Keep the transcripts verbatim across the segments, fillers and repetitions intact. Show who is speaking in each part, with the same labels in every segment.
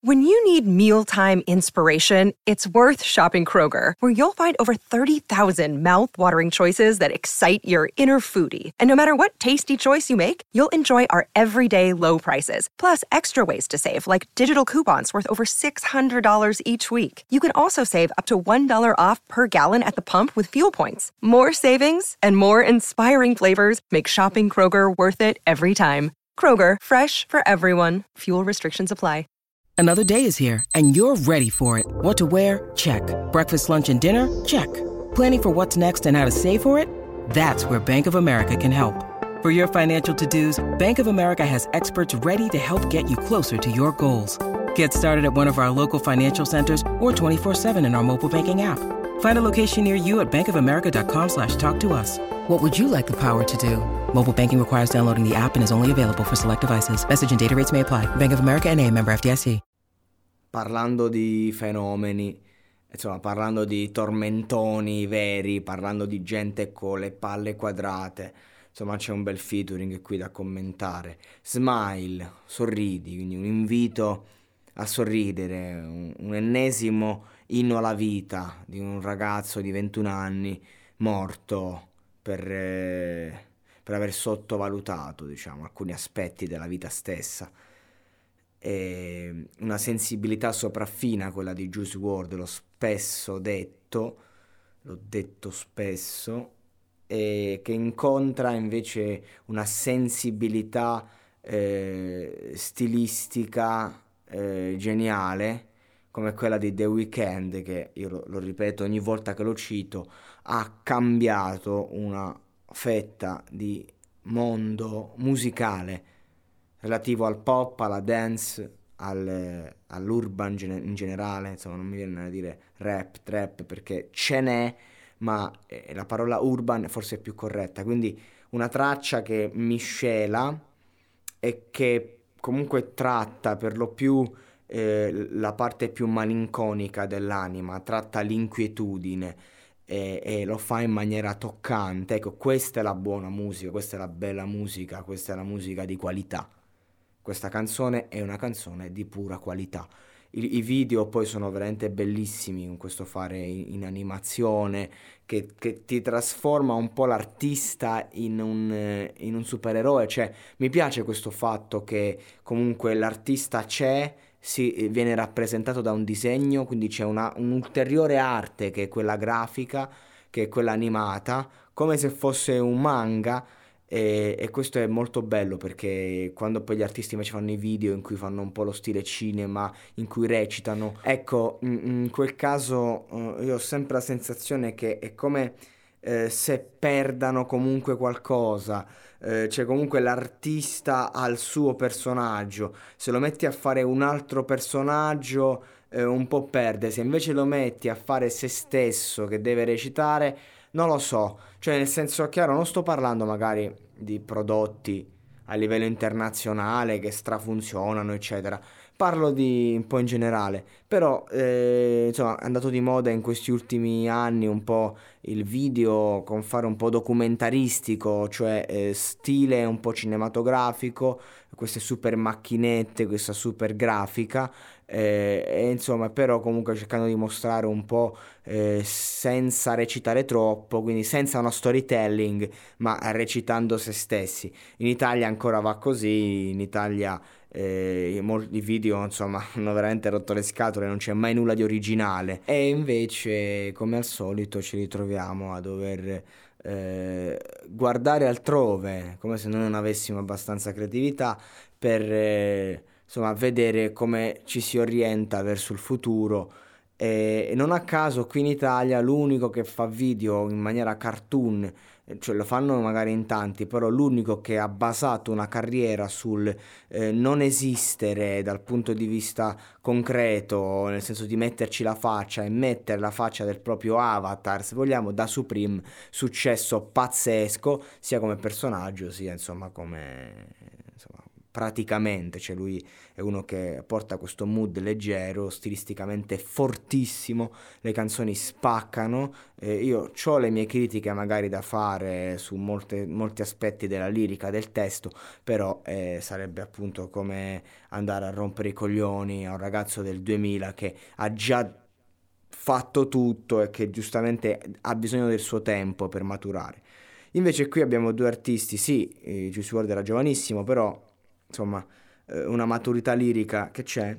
Speaker 1: When you need mealtime inspiration, it's worth shopping Kroger, where you'll find over thirty thousand mouth-watering choices that excite your inner foodie. And no matter what tasty choice you make, you'll enjoy our everyday low prices, plus extra ways to save, like digital coupons worth over six hundred dollars each week. You can also save up to one dollar off per gallon at the pump with fuel points. More savings and more inspiring flavors make shopping Kroger worth it every time. Kroger, fresh for everyone. Fuel restrictions apply.
Speaker 2: Another day is here, and you're ready for it. What to wear? Check. Breakfast, lunch, and dinner? Check. Planning for what's next and how to save for it? That's where Bank of America can help. For your financial to-dos, Bank of America has experts ready to help get you closer to your goals. Get started at one of our local financial centers or twenty-four seven in our mobile banking app. Find a location near you at bankofamerica.com slash talk to us. What would you like the power to do? Mobile banking requires downloading the app and is only available for select devices. Message and data rates may apply. Bank of America N A, member F D I C.
Speaker 3: Parlando di fenomeni, insomma, parlando di tormentoni veri, parlando di gente con le palle quadrate, insomma c'è un bel featuring qui da commentare. Smile, sorridi, quindi un invito a sorridere, un, un ennesimo inno alla vita di un ragazzo di ventuno anni morto per, eh, per aver sottovalutato, diciamo, alcuni aspetti della vita stessa. E una sensibilità sopraffina, quella di Juice world, l'ho spesso detto, l'ho detto spesso, e che incontra invece una sensibilità eh, stilistica eh, geniale, come quella di The Weeknd, che io lo, lo ripeto ogni volta che lo cito, ha cambiato una fetta di mondo musicale relativo al pop, alla dance, al, all'urban in generale, insomma non mi viene a dire rap, trap, perché ce n'è, ma eh, la parola urban forse è più corretta, quindi una traccia che miscela e che comunque tratta per lo più eh, la parte più malinconica dell'anima, tratta l'inquietudine e, e lo fa in maniera toccante. Ecco, questa è la buona musica, questa è la bella musica, questa è la musica di qualità. Questa canzone è una canzone di pura qualità. I, i video poi sono veramente bellissimi, con questo fare in, in animazione che, che ti trasforma un po' l'artista in un, eh, in un supereroe. Cioè, mi piace questo fatto che comunque l'artista c'è, si viene rappresentato da un disegno, quindi c'è una, un'ulteriore arte che è quella grafica, che è quella animata, come se fosse un manga. E, e questo è molto bello, perché quando poi gli artisti invece fanno i video in cui fanno un po' lo stile cinema, in cui recitano, ecco, in, in quel caso uh, io ho sempre la sensazione che è come eh, se perdano comunque qualcosa, eh, cioè comunque l'artista ha il suo personaggio, se lo metti a fare un altro personaggio eh, un po' perde, se invece lo metti a fare se stesso che deve recitare, non lo so, cioè nel senso, chiaro, non sto parlando magari di prodotti a livello internazionale che strafunzionano eccetera, parlo di un po' in generale, però eh, insomma è andato di moda in questi ultimi anni un po' il video con fare un po' documentaristico, cioè eh, stile un po' cinematografico, queste super macchinette, questa super grafica, eh, e insomma però comunque cercando di mostrare un po' eh, senza recitare troppo, quindi senza uno storytelling ma recitando se stessi. In Italia ancora va così, in Italia eh, molti video insomma hanno veramente rotto le scatole, non c'è mai nulla di originale, e invece come al solito ci ritroviamo a dover eh, guardare altrove come se noi non avessimo abbastanza creatività per eh, insomma vedere come ci si orienta verso il futuro. E non a caso qui in Italia l'unico che fa video in maniera cartoon, cioè lo fanno magari in tanti, però l'unico che ha basato una carriera sul eh, non esistere dal punto di vista concreto, nel senso di metterci la faccia e mettere la faccia del proprio avatar, se vogliamo, da Supreme, successo pazzesco sia come personaggio sia insomma come insomma praticamente, cioè lui è uno che porta questo mood leggero, stilisticamente fortissimo, le canzoni spaccano, eh, io ho le mie critiche magari da fare su molte, molti aspetti della lirica, del testo, però eh, sarebbe appunto come andare a rompere i coglioni a un ragazzo del duemila che ha già fatto tutto e che giustamente ha bisogno del suo tempo per maturare. Invece qui abbiamo due artisti, sì, eh, Juice world era giovanissimo, però insomma eh, una maturità lirica che c'è,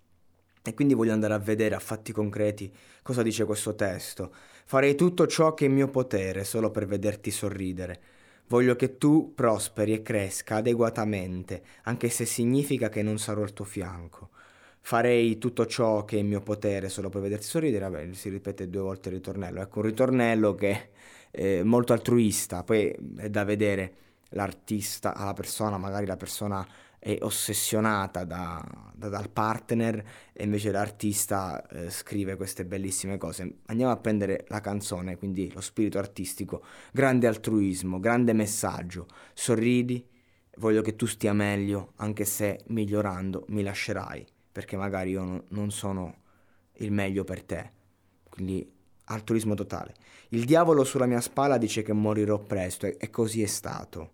Speaker 3: e quindi voglio andare a vedere a fatti concreti cosa dice questo testo. Farei tutto ciò che è in mio potere solo per vederti sorridere. Voglio che tu prosperi e cresca adeguatamente, anche se significa che non sarò al tuo fianco. Farei tutto ciò che è in mio potere solo per vederti sorridere. Vabbè, si ripete due volte il ritornello. Ecco, un ritornello che è molto altruista, poi è da vedere l'artista alla persona, magari la persona è ossessionata da, da- dal partner e invece l'artista eh, scrive queste bellissime cose. Andiamo a prendere la canzone, quindi lo spirito artistico, grande altruismo, grande messaggio, sorridi, voglio che tu stia meglio, anche se migliorando mi lascerai, perché magari io no- non sono il meglio per te, quindi altruismo totale. Il diavolo sulla mia spalla dice che morirò presto e, e così è stato.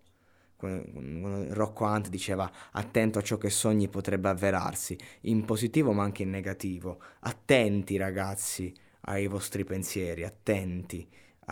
Speaker 3: Quando Rocco Hunt diceva attento a ciò che sogni potrebbe avverarsi, in positivo ma anche in negativo. Attenti ragazzi ai vostri pensieri, attenti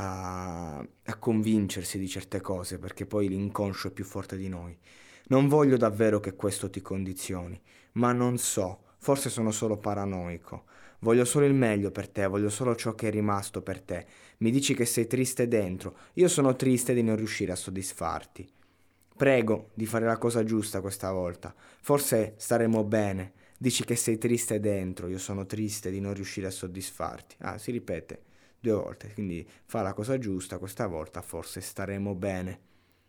Speaker 3: a, a convincersi di certe cose, perché poi l'inconscio è più forte di noi. Non voglio davvero che questo ti condizioni, ma non so, forse sono solo paranoico. Voglio solo il meglio per te, voglio solo ciò che è rimasto per te. Mi dici che sei triste dentro, io sono triste di non riuscire a soddisfarti. Prego di fare la cosa giusta questa volta. Forse staremo bene. Dici che sei triste dentro, io sono triste di non riuscire a soddisfarti. Ah, si ripete due volte, quindi fa la cosa giusta questa volta, forse staremo bene.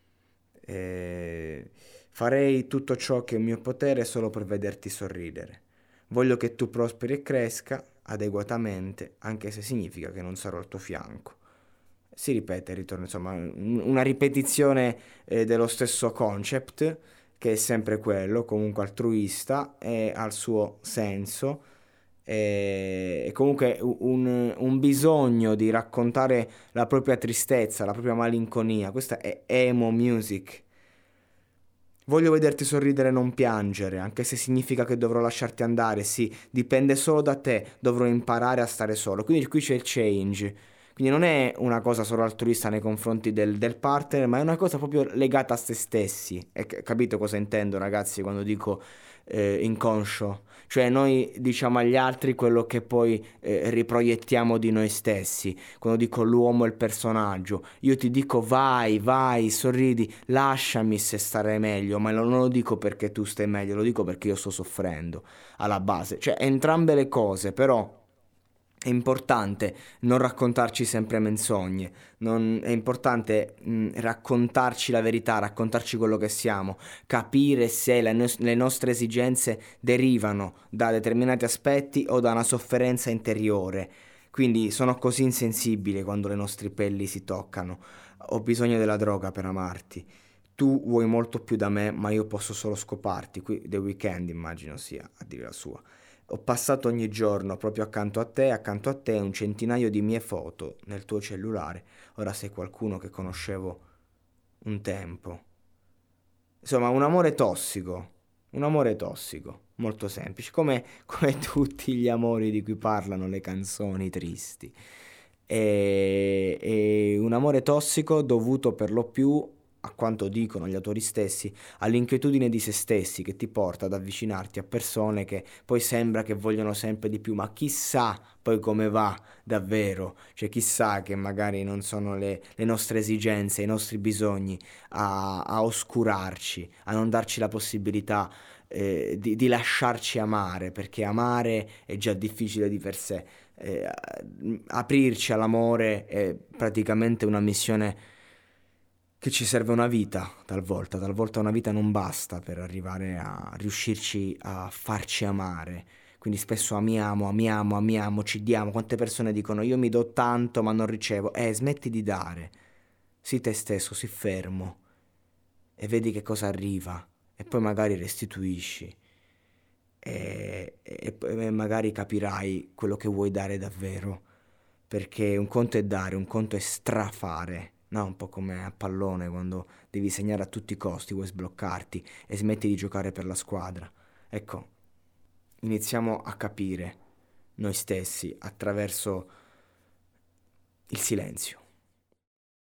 Speaker 3: Eh, Farei tutto ciò che è in mio potere solo per vederti sorridere. Voglio che tu prosperi e cresca adeguatamente, anche se significa che non sarò al tuo fianco. Si ripete il ritorno, insomma, un- una ripetizione eh, dello stesso concept, che è sempre quello, comunque altruista, e ha il suo senso, e, e comunque u- un, un bisogno di raccontare la propria tristezza, la propria malinconia. Questa è emo music. Voglio vederti sorridere e non piangere, anche se significa che dovrò lasciarti andare, sì, dipende solo da te, dovrò imparare a stare solo. Quindi qui c'è il change. Quindi non è una cosa solo altruista nei confronti del, del partner, ma è una cosa proprio legata a se stessi. E c- capito cosa intendo, ragazzi, quando dico eh, inconscio? Cioè noi diciamo agli altri quello che poi eh, riproiettiamo di noi stessi. Quando dico l'uomo è il personaggio, io ti dico vai, vai, sorridi, lasciami se starei meglio, ma non lo dico perché tu stai meglio, lo dico perché io sto soffrendo alla base. Cioè entrambe le cose, però è importante non raccontarci sempre menzogne, non- è importante mh, raccontarci la verità, raccontarci quello che siamo, capire se le, nos- le nostre esigenze derivano da determinati aspetti o da una sofferenza interiore. Quindi sono così insensibile quando le nostre pelli si toccano. Ho bisogno della droga per amarti. Tu vuoi molto più da me, ma io posso solo scoparti. Qui The Weeknd immagino sia a dire la sua. Ho passato ogni giorno proprio accanto a te, accanto a te un centinaio di mie foto nel tuo cellulare. Ora sei qualcuno che conoscevo un tempo. Insomma, un amore tossico, un amore tossico, molto semplice, come, come tutti gli amori di cui parlano le canzoni tristi. E, e un amore tossico dovuto per lo più, a quanto dicono gli autori stessi, all'inquietudine di se stessi, che ti porta ad avvicinarti a persone che poi sembra che vogliono sempre di più, ma chissà poi come va davvero, cioè chissà che magari non sono le, le nostre esigenze, i nostri bisogni a, a oscurarci, a non darci la possibilità eh, di, di lasciarci amare, perché amare è già difficile di per sé. Eh, aprirci all'amore è praticamente una missione che ci serve una vita talvolta, talvolta una vita non basta per arrivare a riuscirci a farci amare. Quindi spesso amiamo, amiamo, amiamo, ci diamo. Quante persone dicono io mi do tanto ma non ricevo. Eh, smetti di dare. Sii te stesso, sii fermo e vedi che cosa arriva. e poi magari restituisci e, e, e magari capirai quello che vuoi dare davvero, perché un conto è dare, un conto è strafare, no? Un po' come a pallone, quando devi segnare a tutti i costi, vuoi sbloccarti e smetti di giocare per la squadra. Ecco, iniziamo a capire noi stessi attraverso il silenzio.